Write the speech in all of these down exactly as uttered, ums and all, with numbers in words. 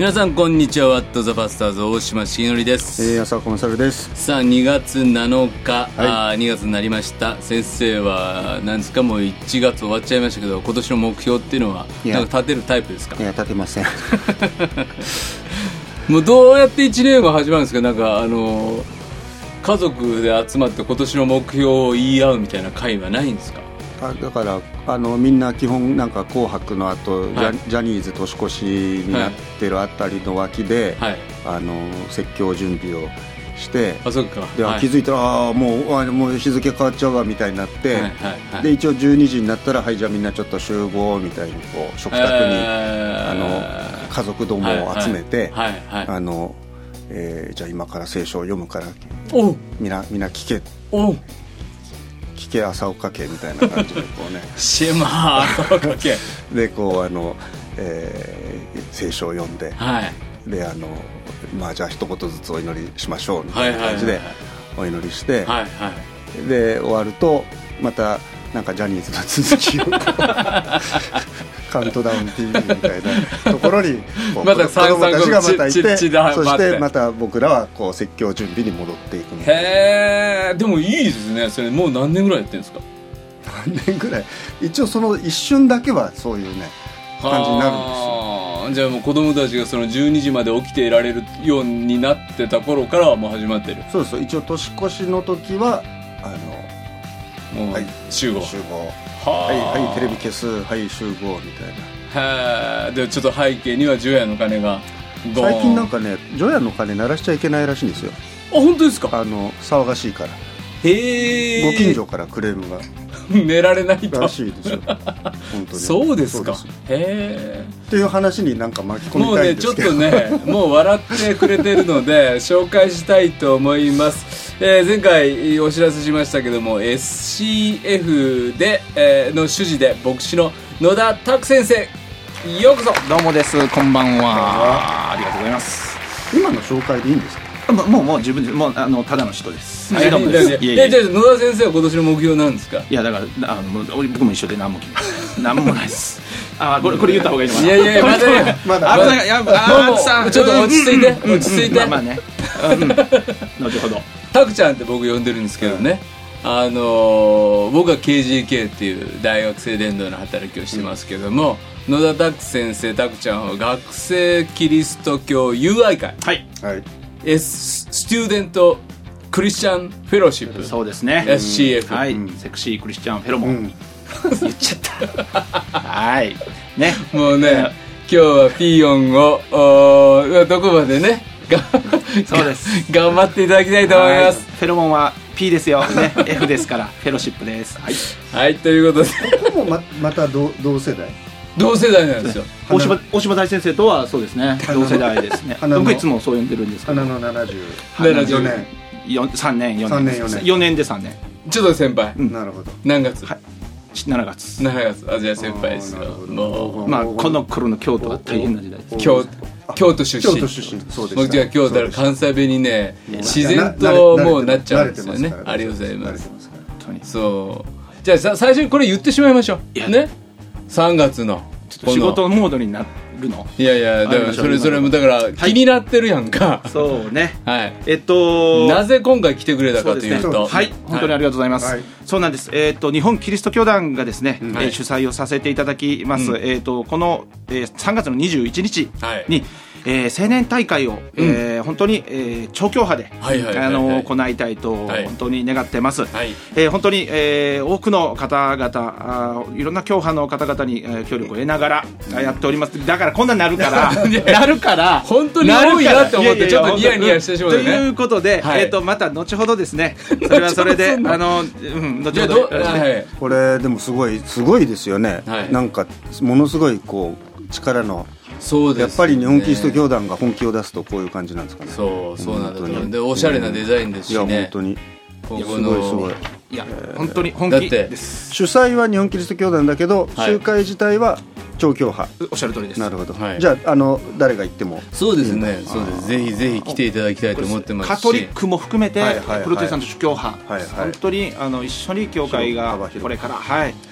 皆さんこんにちは。ワットザバスターズ大島重則です。 えー、浅岡勝です。 さあにがつなのか、 はい、 あにがつになりました。先生は何ですか、もういちがつ終わっちゃいましたけど、今年の目標っていうのはなんか立てるタイプですか？ いや立てませんもうどうやっていちねんが始まるんですか？なんかあの家族で集まって今年の目標を言い合うみたいな会はないんですか？ あだからあのみんな基本なんか紅白の後、はい、ジ, ャジャニーズ年越しになってるあたりの脇で、はい、あの説教準備をしてあそっかで、はい、気づいたらあもうあもう日付変わっちゃうわみたいになって、はいはいはい、で一応じゅうにじになったらはいじゃあみんなちょっと集合みたいにこう食卓に、えー、あの家族どもを集めて、はいはいはいはい、あのえー、じゃあ今から聖書を読むからおみんなみんな聞けお聞け朝岡家みたいな感じでこうねシェマー朝岡家でこうあの、えー、聖書を読んで、はい、であのまあじゃあ一言ずつお祈りしましょうみたいな感じでお祈りして、はいはい、で終わるとまたなんかジャニーズの続きをカウントダウン ティーブイ みたいなところにこうまた子供たちがまたいてそしてまた僕らはこう説教準備に戻っていくみたいな。 へー、でもいいですね。それもう何年ぐらいやってるんですか？ 何年ぐらい一応その一瞬だけはそういうね感じになるんですよ。 じゃあもう子供たちがそのじゅうにじまで起きていられるようになってた頃からはもう始まってる。 そうそう、一応年越しの時はあのもう、はい、集合集合はいはいテレビ消すはい集合みたいな。 はー、でちょっと背景には除夜の鐘がゴーン。 最近なんかね除夜の鐘鳴らしちゃいけないらしいんですよ。 あ、本当ですか？ あの騒がしいから。 へー、 ご近所からクレームが寝られないとらしいですよ本当に。 そうですか。 そうです。 へーっていう話になんか巻き込みたいんですけど、 もうねちょっとねもう笑ってくれてるので紹介したいと思います。えー、前回お知らせしましたけども エスシーエフ で、えー、の主事で牧師の野田拓先生、ようこそ。 どうもです、こんばんは。ありがとうございます。 今の紹介でいいんですか？ もうもう自分でもうあのただの人です。 はい、どうもです。いやいやいや、野田先生は今年の目標なんですか？ いやだからあの僕も一緒で何も決めない何もないです。あこれこれ言った方がいいのかな。 いやいやまだねまだまだいやあさちょっと落ち着いて、うん、落ち着いて、 まあまあね、うん、後ほど。 タクちゃんって僕呼んでるんですけどね、うん、あの僕は ケージーケー っていう大学生伝道の働きをしてますけども、うん、野田拓先生、タクちゃんは学生キリスト教友愛会、 はい、 はい、 スチューデントクリスチャンフェローシップ、 そうですね、 エスシーエフ、 はい、うん、セクシークリスチャンフェロモン、うん、言っちゃったはいね、 もうね、今日はピーヨンをどこまでねそうです頑張っていただきたいと思います。 フェロモンは P ですよ、ね、F ですからフェロシップです。はい、 はい、ということででも ま, また 同, 同世代同世代なんですよ。 大島, 大島大先生とはそうですね、同世代ですね。僕いつもそう呼んでるんですけど、 花のななじゅうよねんさんねんよねんさんねんよねんよねんでさんねんちょっと先輩、 うん、なるほど。 何月？ はい、しちがつしちがつ。あ、じゃあ先輩ですよ。もうまあこの頃の京都は大変な時代です。 京京都出身。 京都出身。そうです。 僕は京都から関西弁にね自然ともうなっちゃうんですよね。ありがとうございます。そう。じゃあさ最初にこれ言ってしまいましょう。ね。さんがつのちょっと仕事モードになるの？ いやいや、だからそれそれもだから気になってるやんか。 そうね。 はい。 えっとなぜ今回来てくれたかというと、 はい、本当にありがとうございます。そうなんです。えっと日本キリスト教団がですね主催をさせていただきます。えっとこのさんがつのにじゅういちにちにえー、青年大会を、うんえー、本当に、えー、超教派で、はいはいはいはい、あの行いたいと本当に願ってます、はいえー、本当に、えー、多くの方々あいろんな教派の方々に、えー、協力を得ながら、うん、やっております。だからこんなになるからなるから本当に多いなって思ってちょっとニヤニヤしてしまうね。 ということで、はいえー、とまた後ほどですねそれはそれであの、うん、後ほど、 はい、これでもすごいすごいですよね、はい、なんかものすごいこう力のそうですね、 やっぱり日本キリスト教団が本気を出すとこういう感じなんですかね。 そうそうなんだと思う。でおしゃれなデザインですしね、 いや本当にここのすごいすごいいや、えー、本当に本気です。 主催は日本キリスト教団だけど、はい、集会自体は超教派。 おっしゃる通りです。 なるほど、 はい、 じゃあ、あの誰が行ってもそうですね、そうです。ぜひぜひ来ていただきたいと思ってますし、 カトリックも含めて、はいはいはい、プロテスタント主教派、 はいはい、 本当にあの一緒に教会がこれから、はい、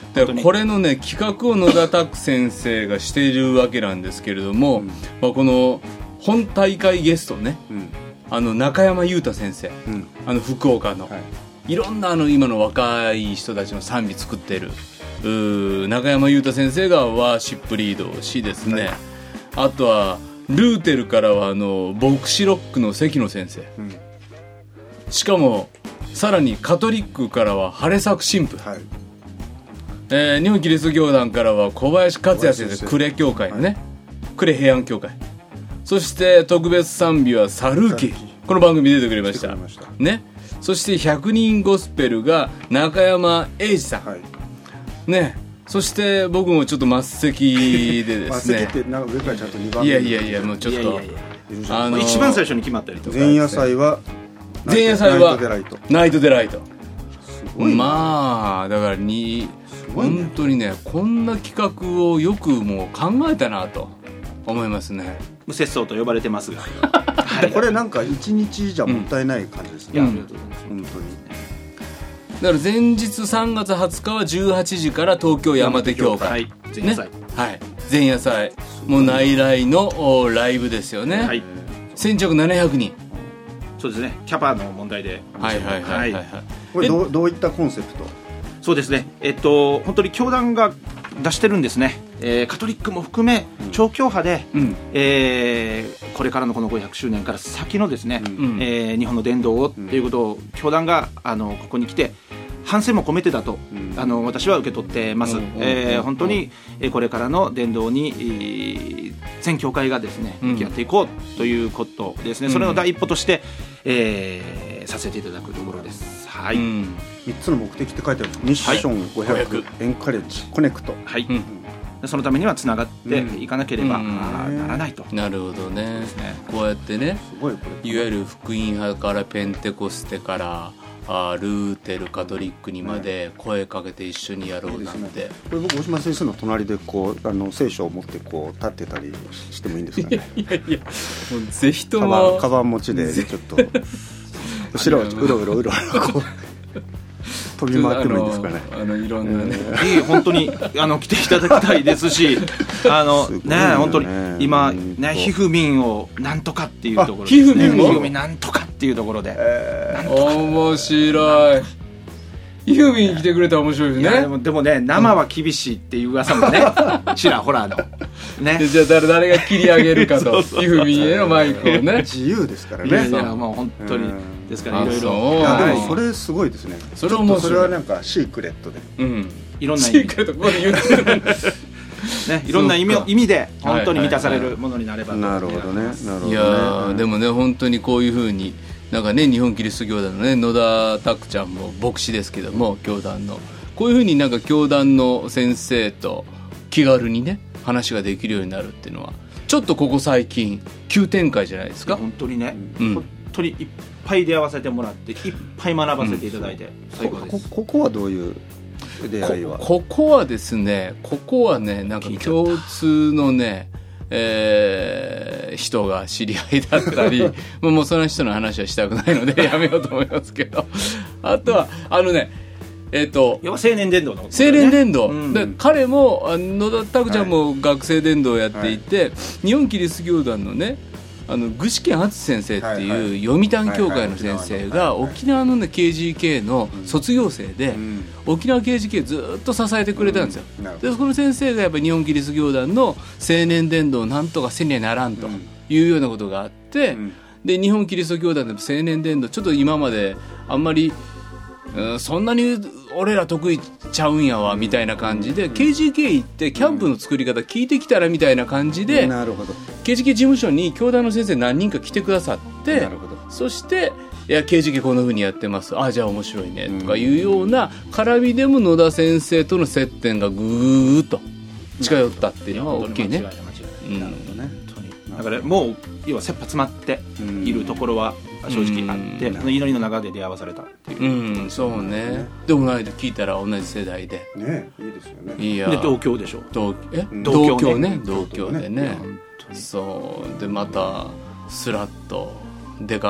だからこれのね企画を野田拓先生がしているわけなんですけれども、うんまあ、この本大会ゲストね、うん、あの中山裕太先生、うん、あの福岡の、はい、いろんなあの今の若い人たちの賛美作っている中山裕太先生がワーシップリードをしですね、はい、あとはルーテルからはあの牧師ロックの関野先生、うん、しかもさらにカトリックからは晴作神父、はいえー、日本キリスト教団からは小林克也先生、呉教会のね、はい、呉平安教会、そして特別賛美はサルーキ、この番組出てくれましたね。そしてひゃくにんゴスペルが中山英二さん、はい、ね。そして僕もちょっと末席でですね末席ってなんか上からちゃんとにばんめ、いやいやいやもうちょっといやいやいや、 あのー、一番最初に決まったりとか、 前夜祭は前夜祭はナイトデライト、 すごいまあだからに本当にねこんな企画をよくもう考えたなと思いますね。 無節操と呼ばれてますがこれなんか一日じゃもったいない感じですね、うん、いやありがとうございます。本当にだから前日さんがつはつかはじゅうはちじから東京山手教会、はい、 前夜祭、 ね、はい、前夜祭もう内来のライブですよね、はい、先着ななひゃくにん、 そうですね、キャパの問題で、 はいはいはいはい、はい、 これどう、どういったコンセプト？ そうですね、えっと本当に教団が出してるんですね、えー、カトリックも含め超教派で、うんえー、これからのこのごひゃくしゅうねんから先のですね、うんえー、日本の伝道をっていうことを教団があのここに来て反省も込めてだと、うん、あの私は受け取ってます、うんえー、本当に、うん、これからの伝道に、えー、全教会がですね向き合っていこうということですね、うん、それの第一歩として、えー、させていただくところです。はい、うん、 みっつの目的って書いてある。ミッションごひゃく、エンカレッジ、コネクト、 はい、うんそのためにはつながっていかなければならないと、 うん、なるほど ね, ねこうやってねすごいこれいわゆる福音派からペンテコステからあルーテルカトリックにまで声かけて一緒にやろうなんて、ね、 これ僕大島先生の隣でこうあの聖書を持ってこう立ってたりしてもいいんですかね。 いやいやもうぜひともカバン持ちでちょっと後ろをうろうろうろこう飛び回ってもいいですかね。 あの、あのいろんなね、 えー、本当にあの来ていただきたいですし、あのね本当に今ねひふみんをなんとかっていうところですね。 ひふみんもひふみんなんとかっていうところで、 えー、面白い。ひふみん来てくれたら面白いですね。 いやでもでもね生は厳しいっていう噂もねちらほらのね。 じゃあ 誰, 誰が切り上げるかとひふみんへのマイクをね。 自由ですからね。 いやいやもう本当にですからいろいろ。 いやでもそれすごいですね。 それ面白い。 それはなんかシークレットで、 うん、いろんな意味シークレットここで言ってるね、いろんな意味, 意味で本当に満たされるものになればと、 はいはいはい、なるほどね。なるほどね。 いやでもね本当にこういう風になんかね日本キリスト教団のね野田拓ちゃんも牧師ですけども教団のこういう風になんか教団の先生と気軽にね話ができるようになるっていうのはちょっとここ最近急展開じゃないですか。 本当にね、うん、本当にいっぱい出会わせてもらっていっぱい学ばせていただいて、うん、最高です。 こ, こ, ここはどういう出会いはこ, ここはですねここはねなんか共通のねえー、人が知り合いだったりもうその人の話はしたくないのでやめようと思いますけどあとはあのねえー、と青年伝道の、ね、 青年伝道、うん、で彼も野田拓ちゃんも学生伝道をやっていて、はいはい、日本キリスト教団のねあの具志堅篤先生っていう読谷教会の先生が沖縄の、ね、ケージーケー の卒業生で、うん、沖縄 ケージーケー ずっと支えてくれたんですよ、うん、でその先生がやっぱり日本キリスト教団の青年伝道をなんとかせにはならんというようなことがあって、うん、で日本キリスト教団の青年伝道ちょっと今まであんまりうん、そんなに俺ら得意ちゃうんやわみたいな感じで、うん、ケージーケー 行ってキャンプの作り方聞いてきたらみたいな感じで、 うん、なるほどケージーケー 事務所に教団の先生何人か来てくださってなるほどそしていや ケージーケー こんな風にやってますあじゃあ面白いねとかいうような絡みでも野田先生との接点がぐーっと近寄ったっていうのは大きいね。 だからもう要は切羽詰まっているところは正直あって、祈りの中で出会わされたっていう、 うん、そうね。でもないで聞いたら同じ世代でねいいですよね。 いやで同郷でしょ。 同え同郷ね同郷でね。そうでまたスラッと出か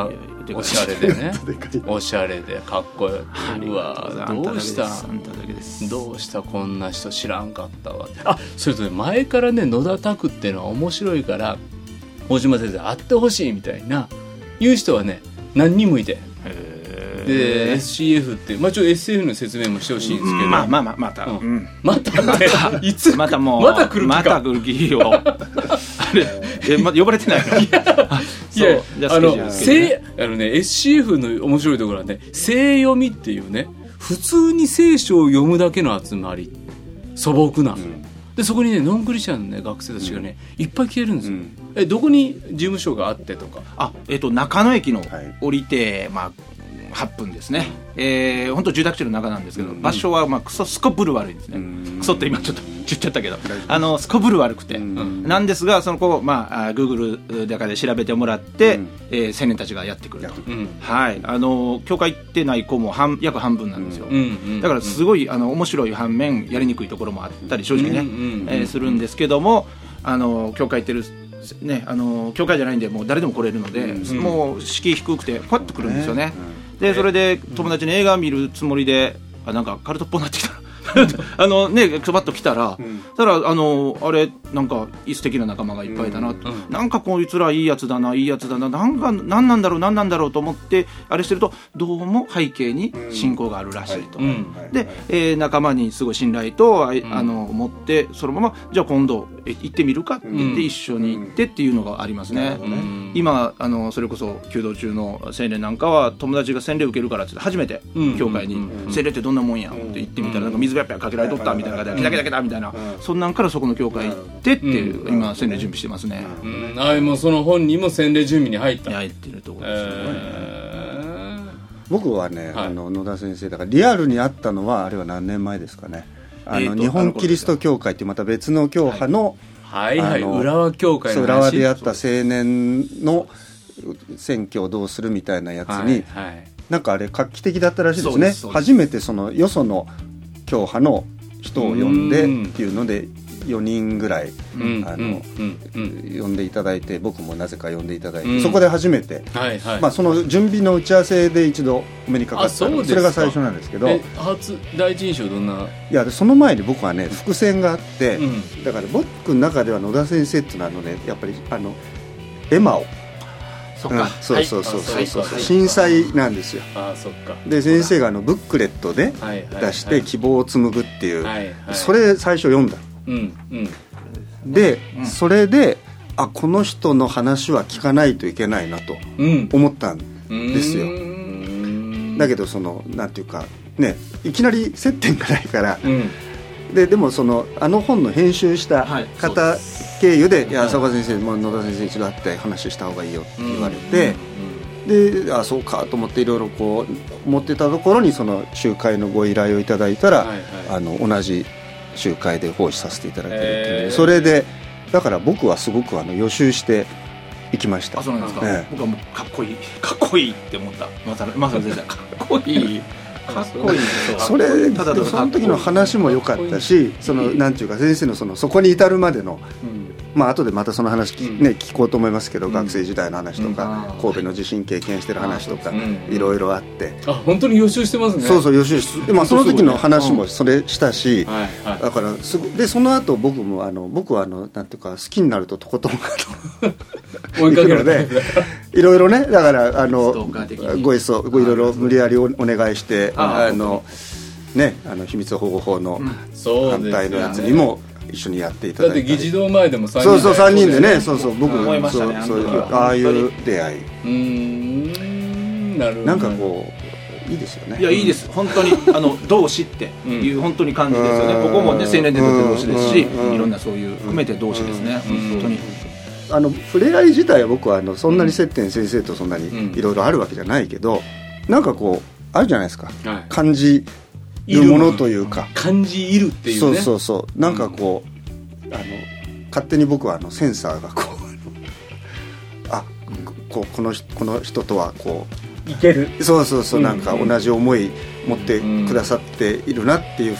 おしゃれでねおしゃれでかっこよい。うわどうしたどうしたこんな人知らんかったわ。あそれとね前からね野田拓っていうのは面白いから大島先生会ってほしいみたいないう人はね何人もいて、で エスシーエフ ってまあちょっと エスエフ の説明もしてほしいんですけど、 まあまあまあまた、うん、 またっていつまたもうまた来る気かまた来る気よあれえ、ま、呼ばれてないのいやいやあのあのね エスシーエフ の面白いところはね聖読みっていうね普通に聖書を読むだけの集まり素朴な、うん、でそこにねノンクリスチャンの、ね、学生たちがね、うん、いっぱい来てるんですよ、うん、えどこに事務所があってとかあ、えー、と中野駅の降りて、まあはっぷんですね、えー、本当住宅地の中なんですけど、うん、場所はまあクソすこぶる悪いですね、うん、クソって今ちょっと言っちゃったけどあのすこぶる悪くて、うん、なんですがその子、まあ、Google だかで調べてもらって、うんえー、青年たちがやってくると、うん、はいあの教会行ってない子も半約半分なんですよ、うん、だからすごいあの面白い反面やりにくいところもあったり正直ね、うんえー、するんですけどもあの教会行ってるね、あの教会じゃないんでもう誰でも来れるので、うん、もう敷居低くてパッと来るんですよね、うん、でそれで友達に映画見るつもりであなんかカルトっぽくなってきたあのねパッと来たら、うん、たらあのあれなんか素敵な仲間がいっぱいだな、うんうん、なんかこいつらいいやつだないいやつだななんか何なんだろう何なんだろうと思ってあれしてるとどうも背景に信仰があるらしいと、うん、で、えー、仲間にすごい信頼とあ、うん、あの持ってそのままじゃあ今度行ってみるかって言って一緒に行ってっていうのがありますね、うん、今あのそれこそ弓道中の青年なんかは友達が洗礼受けるからって初めて教会に洗礼ってどんなもんやって言ってみたらなんか水やっぱりかけられとったみたいな感じでギタギタギタみたいな、うん、そんなんからそこの教会行ってっていう、うん、今洗礼準備してますね、 うん、あもうその本人も洗礼準備に入った入ってるところですよね、 えー、僕はね、はい、あの野田先生だからリアルに会ったのはあれは何年前ですかねあの、えー、日本キリスト教会っていうまた別の教派の、 はいはいはい、浦和教会の話浦和でやった青年の選挙をどうするみたいなやつに、はいはい、なんかあれ画期的だったらしいですね。初めてそのよその教派の人を呼んでっていうのでよにんぐらい、うん、あの、うんうん、呼んでいただいて僕もなぜか呼んでいただいて、うん、そこで初めて、はいはいまあ、その準備の打ち合わせで一度お目にかかったそ, それが最初なんですけどえ初第一印象どんないやその前に僕はね伏線があって、うん、だから僕の中では野田先生っていうのはあの、ね、やっぱりあのエマをそっか、うん、 そうそうそうそうそう、はい、震災なんですよ。 あそっかで先生があのブックレットで出して希望を紡ぐっていう、はいはい、それ最初読んだ、うんうん、で、うん、それであこの人の話は聞かないといけないなと思ったんですよ、うん、だけどそのなんていうかねいきなり接点がないから、うんで, でもそのあの本の編集した方経由で、はい、いや浅岡先生も野田先生一度会って話した方がいいよって言われて、うんうんうん、であそうかと思っていろいろこう思ってたところにその集会のご依頼をいただいたら、はいはい、あの同じ集会で奉仕させていただいてるっていうので、えー、それでだから僕はすごくあの予習していきました。 あそうなんですか、えー、僕はもうかっこいいかっこいいって思ったまさまさ先生かっこいいかっこいいそれただその時の話も良かったしそのなんていうか先生の そのそこに至るまでの、うんまあ後でまたその話、うんね、聞こうと思いますけど、うん、学生時代の話とか、うん、神戸の地震経験してる話とか、うん、いろいろあってあ本当に予習してますね。 そうそう予習して、まあ、その時の話もそれしたし、うんはいはい、だからすでその後僕もあの僕はあのなんていうか好きになるととことん追いかけるのでいろいろねだからあのごいそごいろいろ無理やり お, お願いしてああのねあの秘密保護法の反対のやつにも一緒にやっていただいて、 だって議事堂前でもさんにんでそうそうさんにんでねそうそう僕もそうそうああいう出会いうんなるほど、ね、 なんかこういいですよね。 いやいいです本当にあの同志っていう本当に感じですよね。ここもね青年伝統同士ですしいろんなそういう含めて同志ですね本当に。 あの触れ合い自体は僕はあのそんなに接点先生とそんなにいろいろあるわけじゃないけどなんかこうあるじゃないですか、はい、感じるものというか感じいるっていうね。 そうそうそうなんかこう、うん、あの勝手に僕はあのセンサーがこうあこうこのこの人とはこういけるそうそうそうなんか同じ思い持ってくださっているなっていうふうに、 い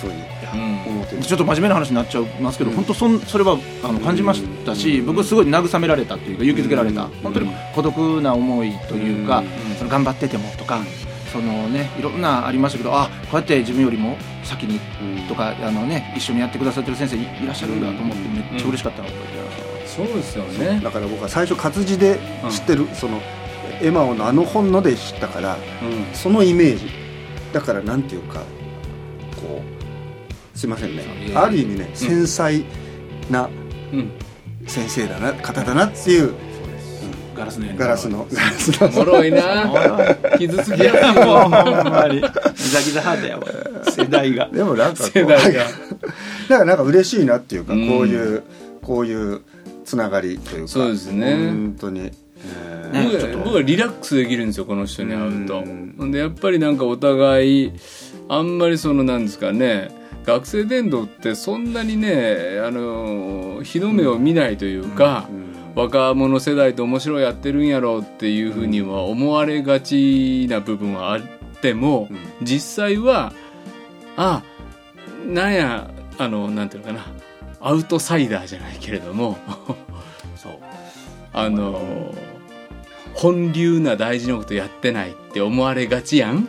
思って、ちょっと真面目な話になっちゃいますけど、うん、本当 そ, それはあの感じましたし、うん、僕すごい慰められたというか勇気づけられた、うん、本当に孤独な思いというか、うん、その頑張っててもとか、そのね、いろんなありましたけど、あこうやって自分よりも先にとか、あの、ね、一緒にやってくださってる先生 い, いらっしゃるんだと思ってめっちゃ嬉しかったの、うん、 そうですよね。 だから僕は最初活字で知ってる、うん、そのエマオのあの本ので知ったから、うん、そのイメージだからなんていうかこうすいませんね、ある意味ね、うん、繊細な先生だな、方だなっていう、 ガラスのガラスのガラスのおもろいな傷つきやすいもうほんまにギザギザハートやわ世代がでもなんかこう世代がだからなんか嬉しいなっていうか、うん、こういうこういうつながりというか、 そうですね、 本当に、えー、僕, 僕はリラックスできるんですよ、この人に会うと。うんでやっぱりなんかお互いあんまりそのなんですかね、学生伝道ってそんなにね、あの日の目を見ないというか、うんうん、若者世代と面白いやってるんやろうっていうふうには思われがちな部分はあっても、うん、実際はあなんやあのなんていうのかな、アウトサイダーじゃないけれどもそうあの本流な大事なことやってないって思われがちやん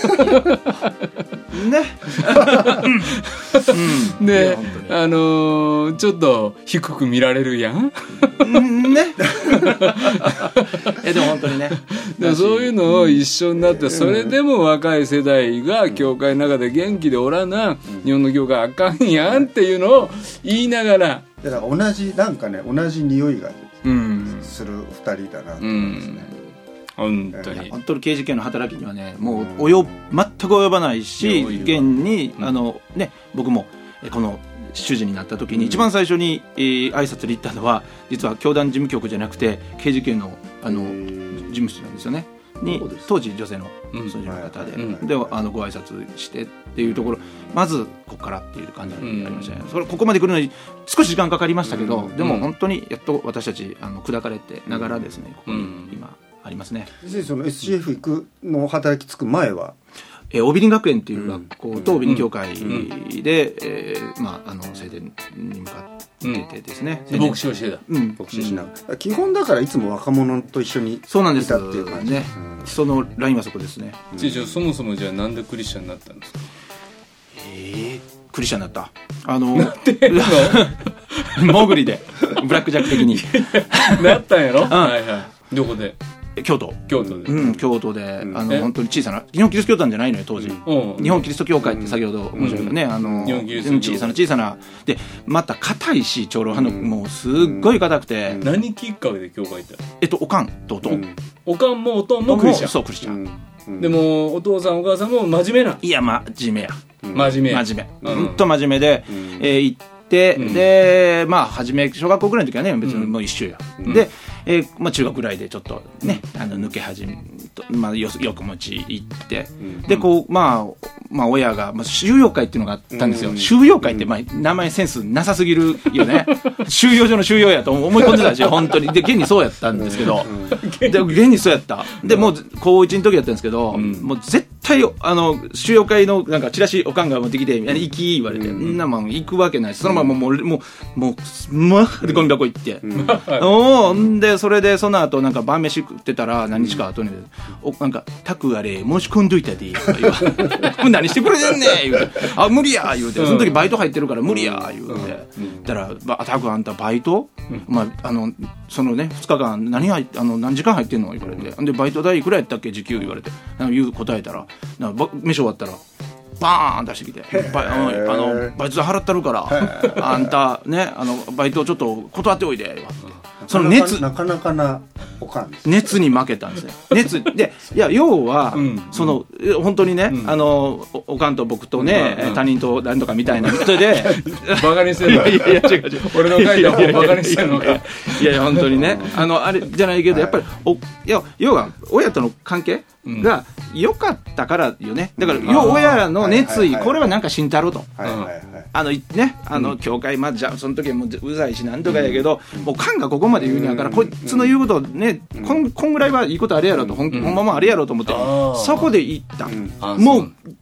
ねうん、で、あのー、ちょっと低く見られるやんねえでも本当にねでそういうのを一緒になって、それでも若い世代が教会の中で元気でおらな、日本の教会あかんやんっていうのを言いながら、 だから同じなんかね、同じ匂いがするふたりだなと思いますね、 うん、本当に本当に刑事系の働きにはね、もう及全く及ばないし、現にあの、ね、僕もこの主事になった時に一番最初に、えー、挨拶に行ったのは実は教団事務局じゃなくて刑事系の、あの事務室なんですよね。に当時女性のそういう方で、うん、であのご挨拶してっていうところ、まずここからっていう感じになりましたね、うん、それここまで来るのに少し時間かかりましたけど、うん、でも本当にやっと私たちあの砕かれてながらですね、ここに今ありますね。 その エスシーエフ 行くの働きつく前はえー、オビリン学園っていう学校とオビリン教会で、うんえーまあ、あの聖殿に向かっててですね、 うん、牧師をしてた、 うん、牧師しながら、基本だからいつも若者と一緒にいたっていう感じ。 そうなんですね、うん、そのラインはそこですね、 うん、じゃあそもそもじゃあなんでクリスチャンになったんですか？ えー、クリスチャンになったあのなってんのモグリでブラックジャック的になったんやろ、うん、はいはい。どこで？ 京都京都で、 うん、京都で、うん、あの本当に小さな日本キリスト教団じゃないのよ当時、うん、日本キリスト教会って先ほど申し上げたね、うん、あの小さな小さなでまた硬いし長老派の、うん、もうすっごい硬くて、 うん、何きっかけで教会行った？ えっとおかんとおとん、うん、 おかんもおとんもクリスチャン。 そうクリスチャン、 うん、でもお父さんお母さんも真面目な。 いや真面目や、 うん、真面目真面目、うん、ほんと真面目で、うんえー、行ってで、うん、でまあ初め小学校ぐらいの時はね別にもう一緒や、うん、でえーまあ、中学ぐらいでちょっとね、うん、あの抜け始め、まあ、よ, よく持ち行って、うん、でこう、まあ、まあ親が、まあ、収容会っていうのがあったんですよ、うん、収容会って、まあ、名前センスなさすぎるよね収容所の収容やと思い込んでたし本当にで現にそうやったんですけど、うん、で現にそうやったでもう高いちの時やったんですけど、うん、もう絶対あの収容会のなんかチラシおかんが持ってきて行き言われて、うん、なまあ行くわけないしそのままもうもうもうまあでゴミ箱行って、うん、おーでそれでその後なんか晩飯食ってたら何日か後に、うん、おなんかタクあれ申し込んどいたでとか言われ何してくれてんねん言うてあ無理や言うて、うん、その時バイト入ってるから無理や言うて、うん、だからタクあんたバイト、うん、まああのそのねふつかかん何入あの何時間入ってんの言われて、うん、でバイト代いくらやったっけ時給言われて言う答えたらなんか飯終わったらバーン出してきてバイあのバイト代払ってるからあんたねあのバイトちょっと断っておいで言われてその熱なかなかなおかんです、 ね、熱に負けたんですね熱でいや要は、うん、その本当にね、うん、あの お, おかんと僕とね、うん、他人と何とかみたいな人でバカにしてるのいやいや違う違う俺の書いた本バカにしてるのかいやいや本当にねあのあれじゃないけどやっぱりおいや要は親との関係が良かったからよねだから、うん、親の熱意これはなんか慎太郎と、はいはいはい、あのねあの教会まあじゃその時はもううざいしなんとかやけど、うん、もうカンがここまで言うんやから、うん、こいつの言うことね、うん、こん、こんぐらいはいいことあるやろと、うん、ほんまもあるやろと思って、うん、そこで言った、うん、もう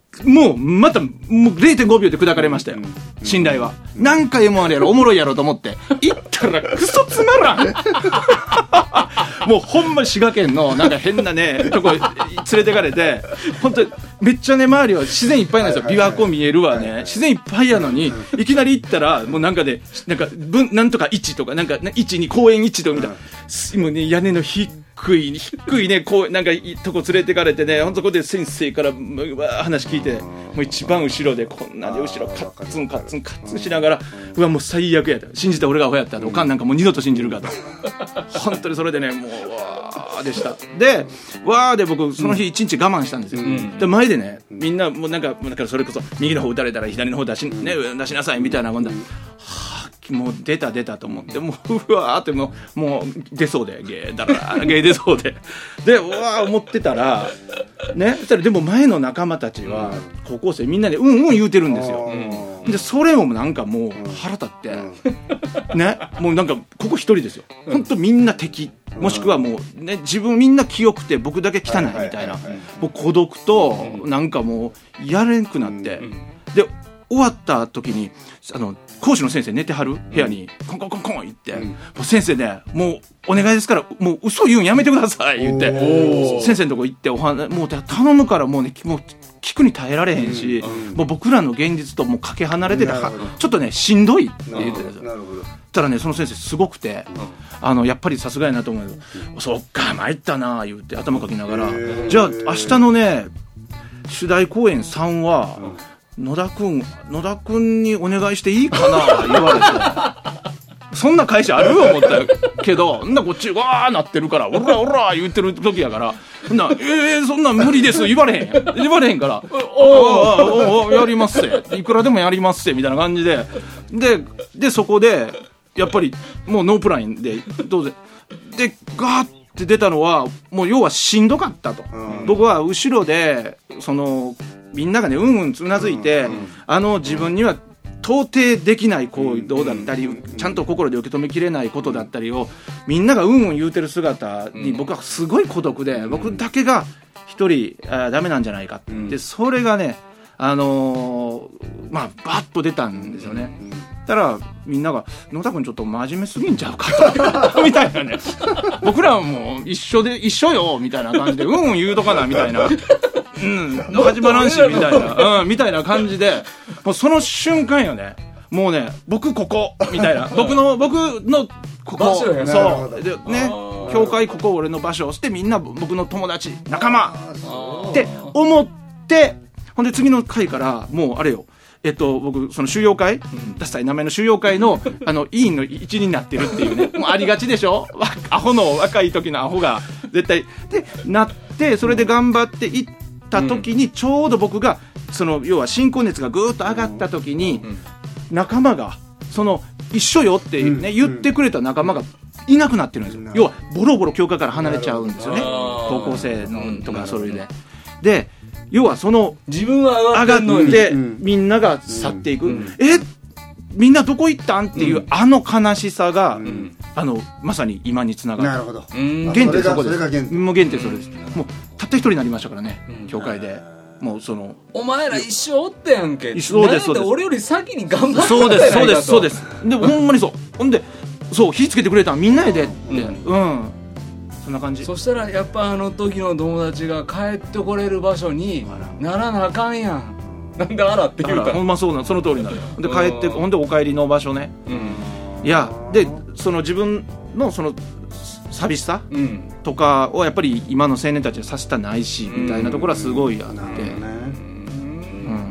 もうまたもう れいてんごびょうで砕かれましたよ、信頼は。何回もあれやろ、おもろいやろと思って行ったらクソつまらんもうほんま滋賀県のなんか変なねとこ連れてかれて、本当にめっちゃね周りは自然いっぱいなんですよ。琵琶湖見えるわね、自然いっぱいやのにいきなり行ったらもうなんかでなんか分なんとかいちとかなんかいちに公園いちとかみたいな、もうね屋根の低い低いねこうなんかいとこ連れてかれてね、ほんとここで先生から話聞いて、もう一番後ろでこんなで後ろカッツンカッツンカッツンしながら、うわもう最悪やと、信じた俺がアホやったと、おかんなんかもう二度と信じるかと本当にそれでねもうわーでした。でわーで僕その日一日我慢したんですよ、うん、で前でねみんなもうなんかだからそれこそ右の方打たれたら左の方出し、ね、出しなさいみたいなもんだ、はあ、もう出た出たと思って、もううわーってもうもう出そうでゲーだらゲー出そうででうわー思ってたらね、そしたらでも前の仲間たちは高校生みんなでうんうん言うてるんですよ、うん、でそれをなんかもう腹立って、うん、ねもうなんかここ一人ですよ、うん、ほんとみんな敵、もしくはもうね自分みんな清くて僕だけ汚いみたいな、もう孤独となんかもうやれんくなって、うん、で終わった時にあの講師の先生寝てはる部屋にコンコンコンコン行って、うん、もう先生ねもうお願いですからもう嘘言うんやめてください言って先生のとこ行ってお話もう頼むからもうねもう聞くに耐えられへんし、うんうん、もう僕らの現実ともうかけ離れててちょっとねしんどいって言ってたんですよ。たらねその先生すごくて、うん、あのやっぱりさすがやなと思うけど、うん、そっか参ったな言って頭かきながら、じゃあ明日のね主題公演さんは、うん、野田くん野田くんにお願いしていいかな言われてそんな会社あるよ思ったけど、んなこっちわーなってるからオラオラ言ってる時やからそんなえー、そんなん無理です言われへん言われへんからおおやりますっていくらでもやりますってみたいな感じでででそこでやっぱりもうノープランでどうぞでガーって出たのはもう要はしんどかったと、うん、僕は後ろでそのみんながねうんうんうなずいて、うんうん、あの自分には到底できない行動だったり、うん、ちゃんと心で受け止めきれないことだったりをみんながうんうん言うてる姿に僕はすごい孤独で、うん、僕だけが一人あダメなんじゃないかって、うん、それがねあのー、まあバッと出たんですよね、うん、たらみんなが野田君ちょっと真面目すぎんちゃうかとみたいなね僕らはもう一緒で一緒よみたいな感じでうんうん言うとかなみたいなうん、始まらんしみたいな、うん、みたいな感じでもうその瞬間よねもうね僕ここみたいな僕の僕のここそうでね教会ここ俺の場所をしてみんな僕の友達仲間って思ってほんで次の回からもうあれよえっと、僕その収容会、うん、ダサい名前の収容会 の, あの委員の一員になってるっていうねもうありがちでしょアホの若い時のアホが絶対でなってそれで頑張っていった時にちょうど僕がその要は信仰熱がぐーっと上がった時に仲間がその一緒よっていう、ね、言ってくれた仲間がいなくなってるんですよ。要はボロボロ教会から離れちゃうんですよね高校生のとかそれでで要はその自分は上がってみんなが去っていく、うんうん、えみんなどこ行ったんっていう、うん、あの悲しさが、うん、あのまさに今につながった。 なるほど。 原点そこです。もう原点それです。もうたった一人になりましたからね、うん、教会で。もうそのお前ら一生おったやんけ。 そうですそうです。 俺より先に頑張ったそうですそうですそうです。でほんまにそう。ほんでそう火つけてくれたんみんなやでって、うん。うんそんな感じ。 そしたらやっぱあの時の友達が帰ってこれる場所にならなあかんやん。なんであらっていうかほんまそうなその通りになる。で帰ってほんでお帰りの場所ね、うん、いやでその自分のその寂しさ、うん、とかをやっぱり今の青年たちはさせたないし、うん、みたいなところはすごいあって、うん、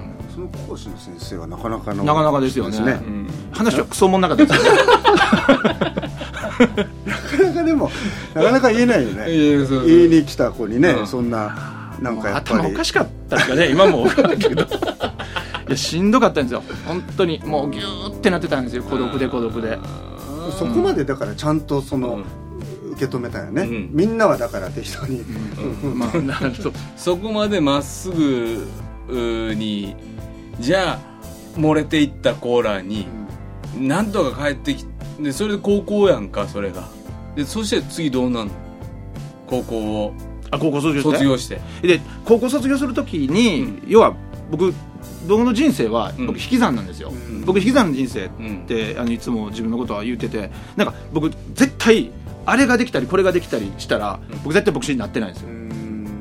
その講師の先生はなかなかのなかなかですよね、うん、話はクソもんなかったですよなかなかでもなかなか言えないよね言いに来た子にね、うん、そんななんかやっぱり頭おかしかったですかね今も分かるけどいやしんどかったんですよ本当にもうギューってなってたんですよ孤独で孤独でそこまでだからちゃんとその、うん、受け止めたよね、うん、みんなはだから適当に、 うんまあ、なるとそこまでまっすぐにじゃあ漏れていったコーラに、うん、なんとか帰ってきてそれで高校やんかそれがでそして次どうなんの高校をあ高校卒業して卒業してで高校卒業するときに、うん、要は僕僕の人生は僕引き算なんですよ、うん、僕引き算の人生って、うん、あのいつも自分のことは言ってて、なんか僕絶対あれができたりこれができたりしたら、うん、僕絶対牧師になってないんですよ、うん、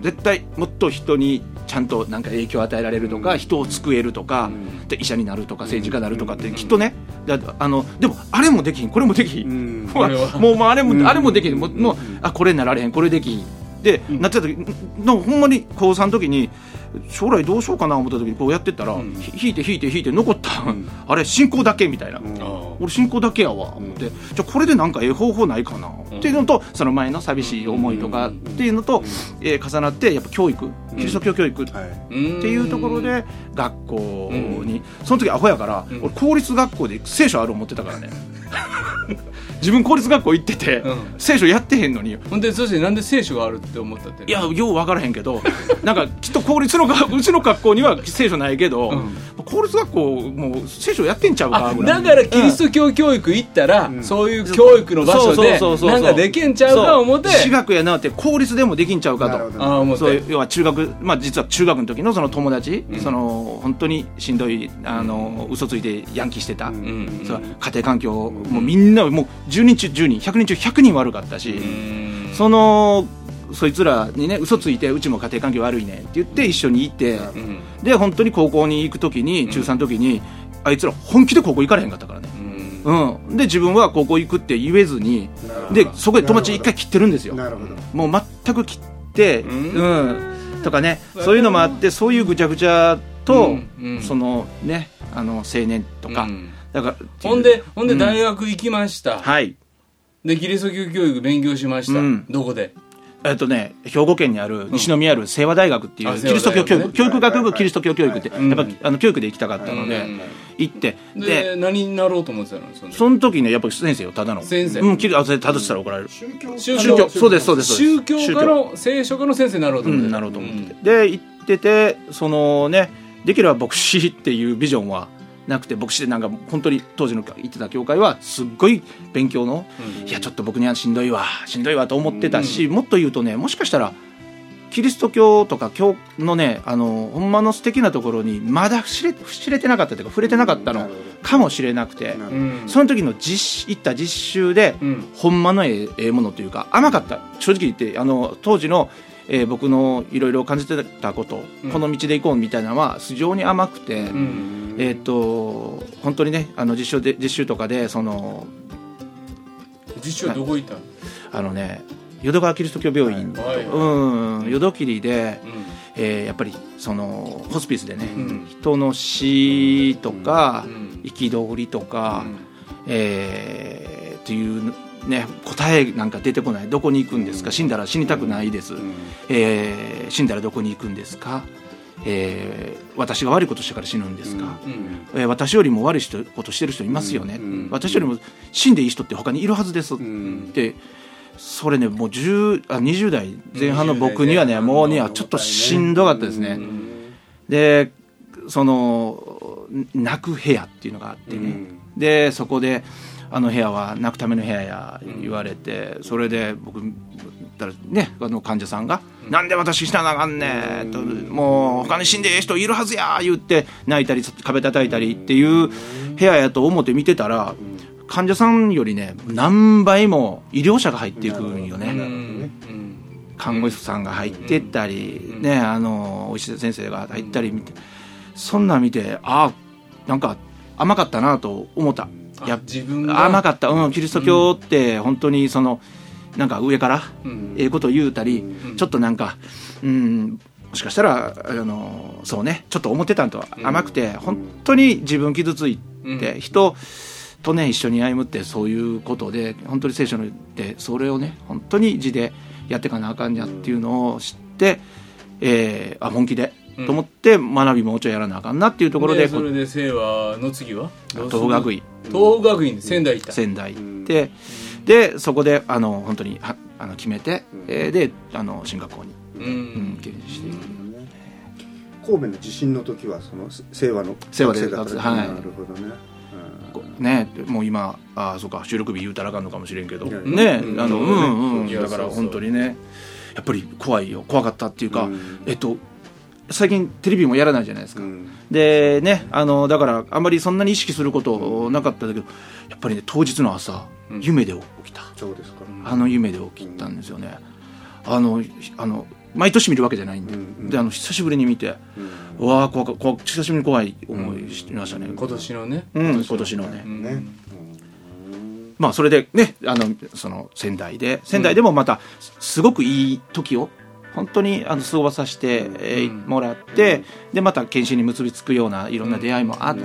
絶対もっと人にちゃんとなんか影響を与えられるとか、うん、人を救えるとか、うん、で医者になるとか政治家になるとかってきっとね、だあのでもあれもできひんこれもできひん、うん、もう、もうあれも、うん、あれもできひん、もう、もうあこれになられへんこれできひんで、うん、なってた時のほんまに高さんの時に将来どうしようかな思った時にこうやってったら、うん、引いて引いて引いて残った、うん、あれ進行だけみたいな、うん、俺進行だけやわ思って、うん、じゃあこれでなんかええ方法ないかな、うん、っていうのとその前の寂しい思いとかっていうのと、うんえー、重なってやっぱ教育キリスト教教育っていうところで学校に、うん、その時アホやから、うん、俺公立学校で聖書ある思ってたからね自分公立学校行ってて、うん、聖書やってへんのにほんでそしてなんで聖書があるって思ったっていやよう分からへんけどなんかきっと公立のうちの学校には聖書ないけど、うん、公立学校もう聖書やってんちゃうかぐらいだからキリスト教教育行ったら、うん、そういう教育の場所でなんかできんちゃうか思って私学やなって公立でもできんちゃうかとあ思ってそう要は中学、まあ、実は中学の時のその友達、うん、その本当にしんどいあの嘘ついてヤンキーしてた、うん、そ家庭環境もうみんなもうじゅうにん中じゅうにんひゃくにん中ひゃくにん悪かったしそのそいつらにね嘘ついてうちも家庭環境悪いねって言って一緒にいて、うん、で本当に高校に行く時に中さんの時に、うん、あいつら本気で高校行かれへんかったからね、うんうん、で自分は高校行くって言えずにでそこで友達一回切ってるんですよなるほどもう全く切って、うんうん、とかねそういうのもあってそういうぐちゃぐちゃと、うんうん、そのねあの青年とか、うん、だからほんでほんで大学行きました、 うん、はいでキリスト教教育勉強しました、うん、どこでえっとね、兵庫県にある西宮ある清和大学っていう、うん、キリスト教教育、ね、教育学部キリスト教教育って、はいはい、やっぱあの教育で行きたかったので、うん、行ってで何になろうと思ってたのそのその時ねやっぱり先生よただの先生うんキリあそれただしたら怒られる宗教宗教そうですそうです宗教家の聖書家の先生になろうと思って、 うん、なろうと思ってて、うん、で行っててそのねできれば牧師っていうビジョンはなくて牧師でなんか本当に当時の行ってた教会はすっごい勉強の、うん、いやちょっと僕にはしんどいわしんどいわと思ってたし、うん、もっと言うとねもしかしたらキリスト教とか教のねあのほんまの素敵なところにまだ知れ、知れてなかったというか触れてなかったのかもしれなくて、うん、その時の実行った実習で、うん、ほんまのええものというか甘かった正直言ってあの当時のえー、僕のいろいろ感じてたこと、うん、この道で行こうみたいなのは非常に甘くて、うん、えー、と本当にねあの実習で実習とかでその実習どこ行ったの？ あのね淀川キリスト教病院、はいはいうん、淀切で、うんえー、やっぱりそのホスピスでね、うん、人の死とか憤、うん、りとか、うんえー、っていうね、答えなんか出てこないどこに行くんですか死んだら死にたくないです、うんえー、死んだらどこに行くんですか、えー、私が悪いことしたから死ぬんですか、うんえー、私よりも悪いことしてる人いますよね、うん、私よりも死んでいい人って他にいるはずです、うん、ってそれねもうじゅうあにじゅう代前半の僕にはねもうねちょっとしんどかったですね、うん、でその泣く部屋っていうのがあってね、うん、でそこであの部屋は泣くための部屋や言われて、うん、それで僕だらねあの患者さんが、うん、なんで私死ななあかんねんともう他に死んでええ人いるはずや言って泣いたり壁叩いたりっていう部屋やと思って見てたら、うん、患者さんよりね何倍も医療者が入っていくんよね、うん、看護師さんが入ってったり、うん、ねあのお医者先生が入ったり見てそんなん見てあなんか甘かったなと思った。いや自分が甘かった、うん、キリスト教って本当にそのなんか上からええことを言うたり、うん、ちょっとなんか、うん、もしかしたらあのそうねちょっと思ってたのと甘くて、うん、本当に自分傷ついて、うん、人とね一緒に歩むってそういうことで本当に聖書でそれをね本当に字でやっていかなあかんやっていうのを知って、えー、あ本気でと思って学びもうちょいやらなあかんなっていうところで、 でそれで清和の次は東北学院東北学院で仙台行った仙台行ってでそこであの本当にああの決めて、えー、であの進学校にうん、うん、して、うん、 神戸の地震の時はその清和の清和でだったはいなるほどね、 うん、ねもう今あそうか収録日言うたらあかんのかもしれんけどねあのうんうんだから本当にねやっぱり怖いよ怖かったっていうか、うん、えっと最近テレビもやらないじゃないですか、うん、でねあのだからあんまりそんなに意識することなかったんだけど、やっぱりね当日の朝、うん、夢で起きた、 そうですか、 あの夢で起きたんですよね、うん、あのあの毎年見るわけじゃないんで、うんうん、であの久しぶりに見て、うん、うわあ怖か怖久しぶりに怖い思いしましたね、 うん、今年のね、 うん、今年のね、うんね、まあそれでねあのその仙台で仙台でもまたすごくいい時を本当にあの過ごさせて、うんえー、もらって、うん、でまた検診に結びつくようないろんな出会いもあって、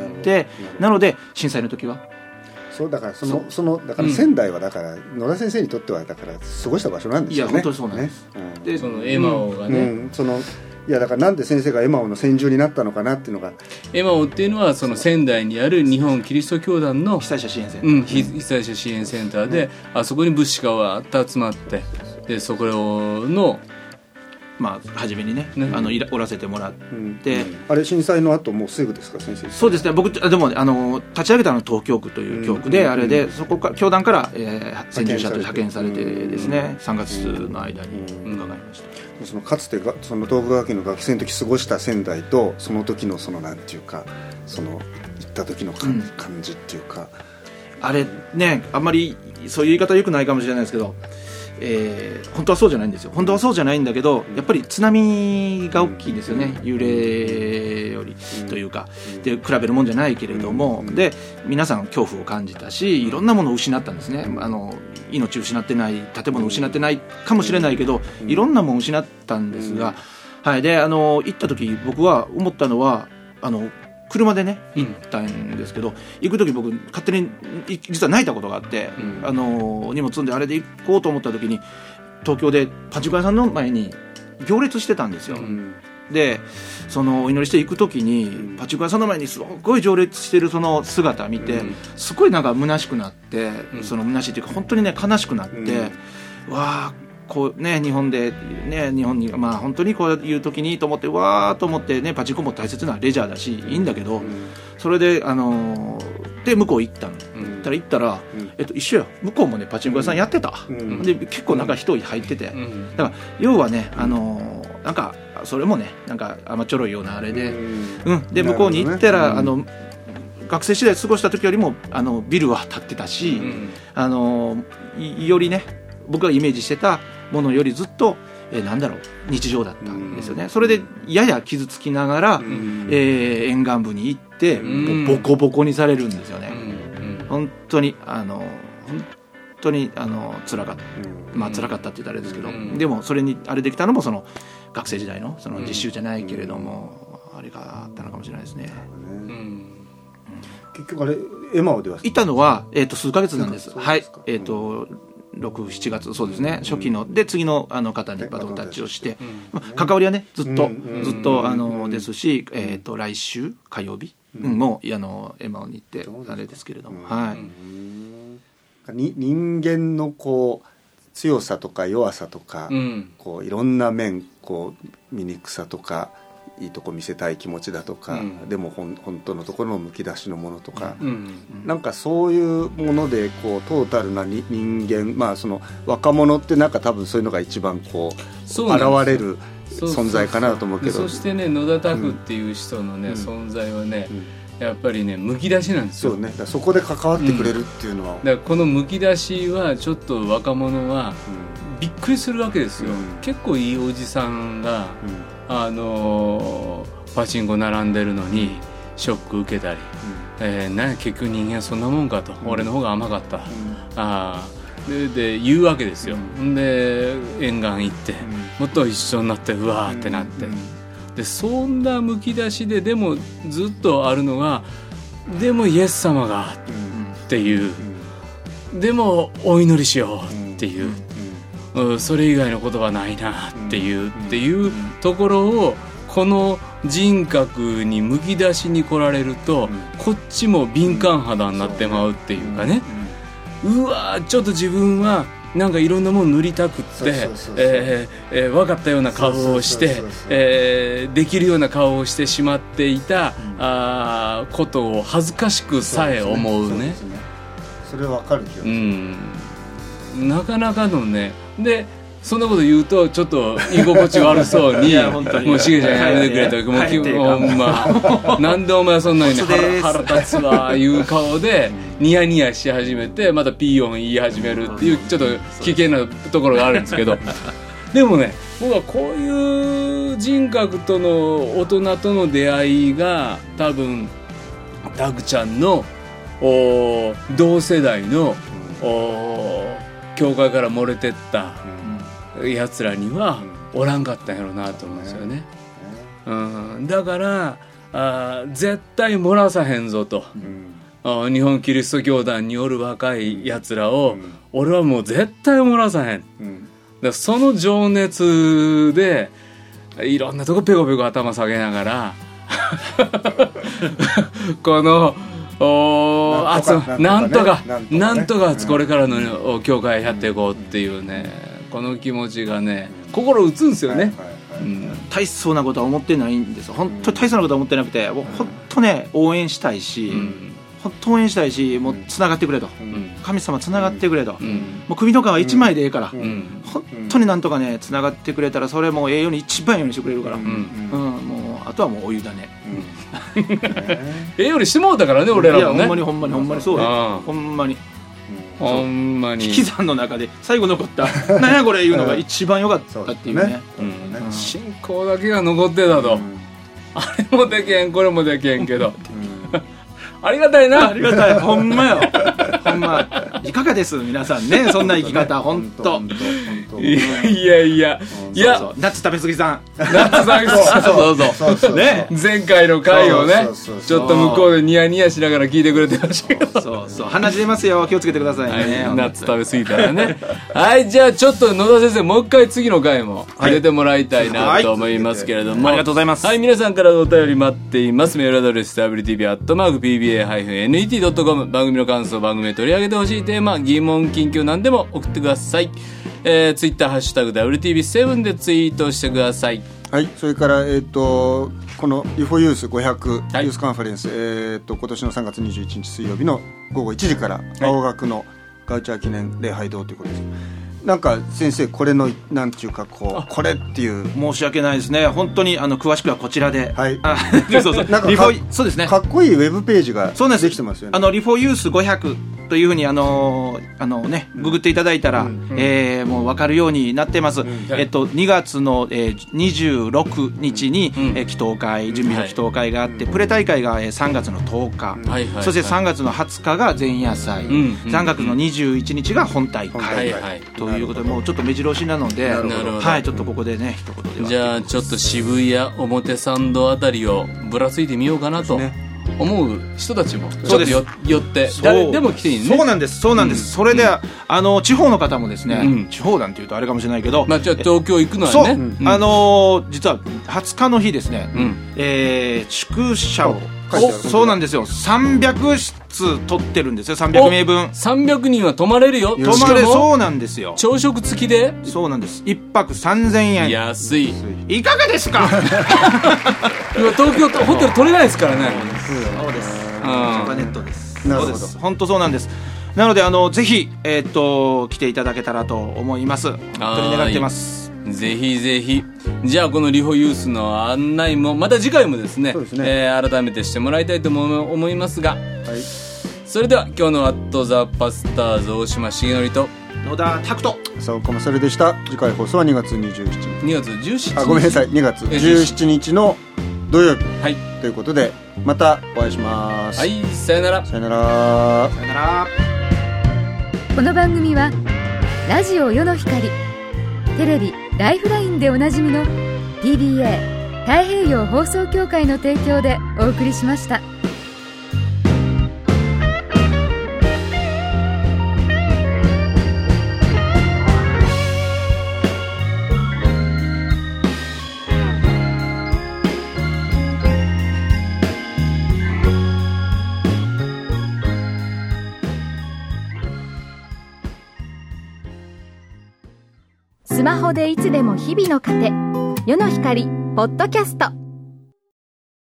うん、なので震災の時はそうだからそのそのだから仙台はだから、うん、野田先生にとってはだから過ごした場所なんですよね。 いや本当にそうなんです、 ねうん、でそのエマオがね、うんうん、 そのいやだからなんで先生がエマオの専従になったのかなっていうのが、 エマオっていうのはその仙台にある日本キリスト教団の被災者支援センター、 うん、被災者支援センターで、うん、あそこに物資がわーっと集まってでそこのまあ、初めにね、ねあのいらおらせてもらって、うんうん、 あれ震災の後もうすぐですか先生。 そうですね僕でもあの立ち上げたのは東京区という教区で、うん、あれでそこから教団から、えー、専従者として派遣されてですね、うん、さんがつの間に伺いました、 うん、そのかつてがその東北学院の学生の時過ごした仙台とその時のそのなんていうかその行った時の感じ、うん、感じっていうかあれねあんまりそういう言い方はよくないかもしれないですけどえー、本当はそうじゃないんですよ。本当はそうじゃないんだけどやっぱり津波が大きいですよね、幽霊よりというかで比べるもんじゃないけれども、で皆さん恐怖を感じたしいろんなものを失ったんですね。あの命を失ってない建物を失ってないかもしれないけどいろんなものを失ったんですが、はい、であの行った時僕は思ったのはあの車でね行ったんですけど、うん、行く時僕勝手に実は泣いたことがあって、うん、あの荷物積んであれで行こうと思った時に東京でパチンコ屋さんの前に行列してたんですよ、うん、でそのお祈りして行く時に、うん、パチンコ屋さんの前にすごい行列してるその姿を見て、うん、すごいなんか虚しくなって、うん、その虚しいというか本当にね悲しくなって、うん、わーこうね、日本で、ね、日本に、まあ、本当にこういう時にと思ってわーと思って、ね、パチンコも大切なレジャーだしいいんだけど、うん、それで、あのー、で向こう行ったの、うん、行ったら行ったら、うんえっと、一緒や向こうもねパチンコ屋さんやってた、うん、で結構なんか人入ってて、うん、だから要はね、あのー、なんかそれもねなんか甘ちょろいようなあれで、うんうん、で向こうに行ったら、ねうん、あの学生時代過ごした時よりもあのビルは建ってたし、うん、あのー、よりね僕がイメージしてたものよりずっと、えー、なんだろう日常だったんですよね、うん、それでやや傷つきながら、うんえー、沿岸部に行って、うん、ボコボコにされるんですよね、うん、本当にあの本当にあの辛かった、うん、まあ辛かったって言ったらあれですけど、うん、でもそれにあれできたのもその学生時代のその実習じゃないけれども、うん、あれがあったのかもしれないですね、うんうん、 結局あれエマオでは行ったのは、えー、と数ヶ月なんですはいえっ、ー、とろく、しちがつそうですね初期ので次のあの方にバトンタッチをして、まあ、関わりはねずっとずっとあのですし、えー、と来週火曜日もあのエマオに行ってあれですけれども、はい、 に人間のこう強さとか弱さとか、こういろんな面こう醜さとかいいとこ見せたい気持ちだとか、うん、でもほん本当のところのむき出しのものとか、うん、なんかそういうものでこうトータルなに人間、まあその若者ってなんか多分そういうのが一番こう現れる存在かなと思うけど、 そしてね野田拓っていう人のね、うん、存在はね、うん、やっぱりねむき出しなんですよ。 そうね、だからそこで関わってくれるっていうのは、 うん、だからこのむき出しはちょっと若者はびっくりするわけですよ、うん、結構いいおじさんが、うんあのー、パチンコ並んでるのにショック受けたり、うんえー、なん結局人間そんなもんかと、うん、俺の方が甘かった、うん、あで, で言うわけですよ、うん、で沿岸行って、うん、もっと一緒になってうわーってなって、うん、でそんなむき出しででもずっとあるのがでもイエス様がっていう、うん、でもお祈りしようっていう、うんそれ以外のことはないなっていう、うん、っていうところをこの人格にむき出しに来られると、うん、こっちも敏感肌になってまうっていうかね、うん、うわちょっと自分はなんかいろんなもの塗りたくって分かったような顔をしてできるような顔をしてしまっていた、うん、あことを恥ずかしくさえ思うね。 それは分かる気がする、 うんなかなかのねでそんなこと言うとちょっと居心地悪そうにもうしげちゃんやめてくれと、もうほんまなんでお前そんなに、ね、腹, 腹立つわいう顔でニヤニヤし始めてまたピーヨン言い始めるっていうちょっと危険なところがあるんですけどでもね僕はこういう人格との大人との出会いが多分タクちゃんの同世代の教会から漏れてったやつらにはおらんかったんやろうなと思うんですよね、うん、だからあ絶対漏らさへんぞと、うん、日本キリスト教団におる若いやつらを、うん、俺はもう絶対漏らさへん、うん、だからその情熱でいろんなとこペコペコ頭下げながらこのおなんとかなんとかなんとかこれからの教会やっていこうっていうね、この気持ちがね心打つんですよね、うん、 大層なことは思ってないんですよ。本当に大層なことは思ってなくて、もう本当ね応援したいし、うん、本当応援したいし、もうつながってくれと、うん、神様つながってくれと、うん、もう首の皮一枚でええから、うん、本当になんとかねつながってくれたらそれもええように一番ええようにしてくれるから、うんうん、もうあとはもうお湯だね、 うん、ええようにしてもうたからね俺らもね。 いやほんまにほんまにほんまにそうよ、ほんまにほんまに引き算の中で最後残った何やこれ言うのが一番良かったっていうね、 うんうん、信仰だけが残ってたと、うん、あれもでけんこれもでけんけど、うん、ありがたいな、 ありがたい、ほんまよほんまいかがです皆さんね、そんな生き方ほんといやいやいやいや、 そうそうナッツ食べ過ぎさんナッツ食べ過ぎさんそうそうそうね、前回の回をねちょっと向こうでニヤニヤしながら聞いてくれてましたけど、 そうそう話出ますよ、気をつけてくださいね、 はい、ナッツ食べ過ぎたらねはいじゃあちょっと野田先生もう一回次の回も出てもらいたいなと思いますけれども、 はい、ありがとうございます。 はい、皆さんからのお便り待っています。メールアドレス ダブリューティービー アットマーク ピービーエー エヌイーティー ドットコム、 番組の感想、番組で取り上げてほしいテーマ、疑問、近況何でも送ってください。えー、ツイッターハッシュタグ ダブリューティービーセブン でツイートしてください。 はい、それから、えー、とこの ユーフォー ユースごひゃく、はい、ユースカンファレンス、えー、と今年のさんがつにじゅういちにち水曜日のごごいちじから、はい、青学のガウチャー記念礼拝堂ということです。なんか先生これのなんていうかこうこれっていう申し訳ないですね、本当にあの詳しくはこちらで、はい、あそうそうなんか リフォーそうですね、かっこいいウェブページができてますよね。 あのリフォーユースごひゃくというふうにあのあのねググっていただいたら、うんえー、もう分かるようになってます、うんえっと、にがつの、えー、にじゅうろくにちに、うんえー、祈祷会準備の祈祷会があって、はい、プレ大会が、えー、さんがつのとおか、はいはいはい、そしてさんがつのはつかが前夜祭、うんうん、さんがつのにじゅういちにちが本大会、はいはい、ということでもうちょっと目白押しなので、はい、ちょっとここでね一言ではじゃあちょっと渋谷表参道あたりをぶらついてみようかなと思う人たちもちょっとよ寄って誰でも来ていいね。 そうなんですそうなんです、うん、それで、うん、あの地方の方もですね、うん、地方なんていうとあれかもしれないけど、 まあ、じゃあ東京行くのはね、 そう、うん、あのー、実ははつかの日ですね、うんえー、宿舎をそうなんですよさんびゃくしつ取ってるんですよ、さんびゃくめいぶん。 さんびゃくにんは泊まれるよ。 泊まれそうなんですよ、 朝食付きで。 そうなんです、いっぱくさんぜんえん。 安い。 いかがですか今東京ホテル取れないですからね。 そうです、ジャパネットです。なるほど、本当そうなんです。なのであのぜひ、えー、っと来ていただけたらと思います。本当に願ってます。 ぜひぜひ。じゃあこのリホユースの案内もまた次回もですね、そうですね、えー、改めてしてもらいたいと思いますが、はい、それでは今日のアットザパスターズ大島重則と野田拓人そうかもそれでした。次回放送はにがつにじゅうしちにちにがつじゅうしちにちあごめんなさいにがつじゅうしちにちの土曜日、はい、ということでまたお会いします。 はい、さよならさよならさよなら。 この番組はラジオ世の光、テレビライフラインでおなじみの ティービーエー 太平洋放送協会の提供でお送りしました。スマホでいつでも日々の糧、世の光ポッドキャスト。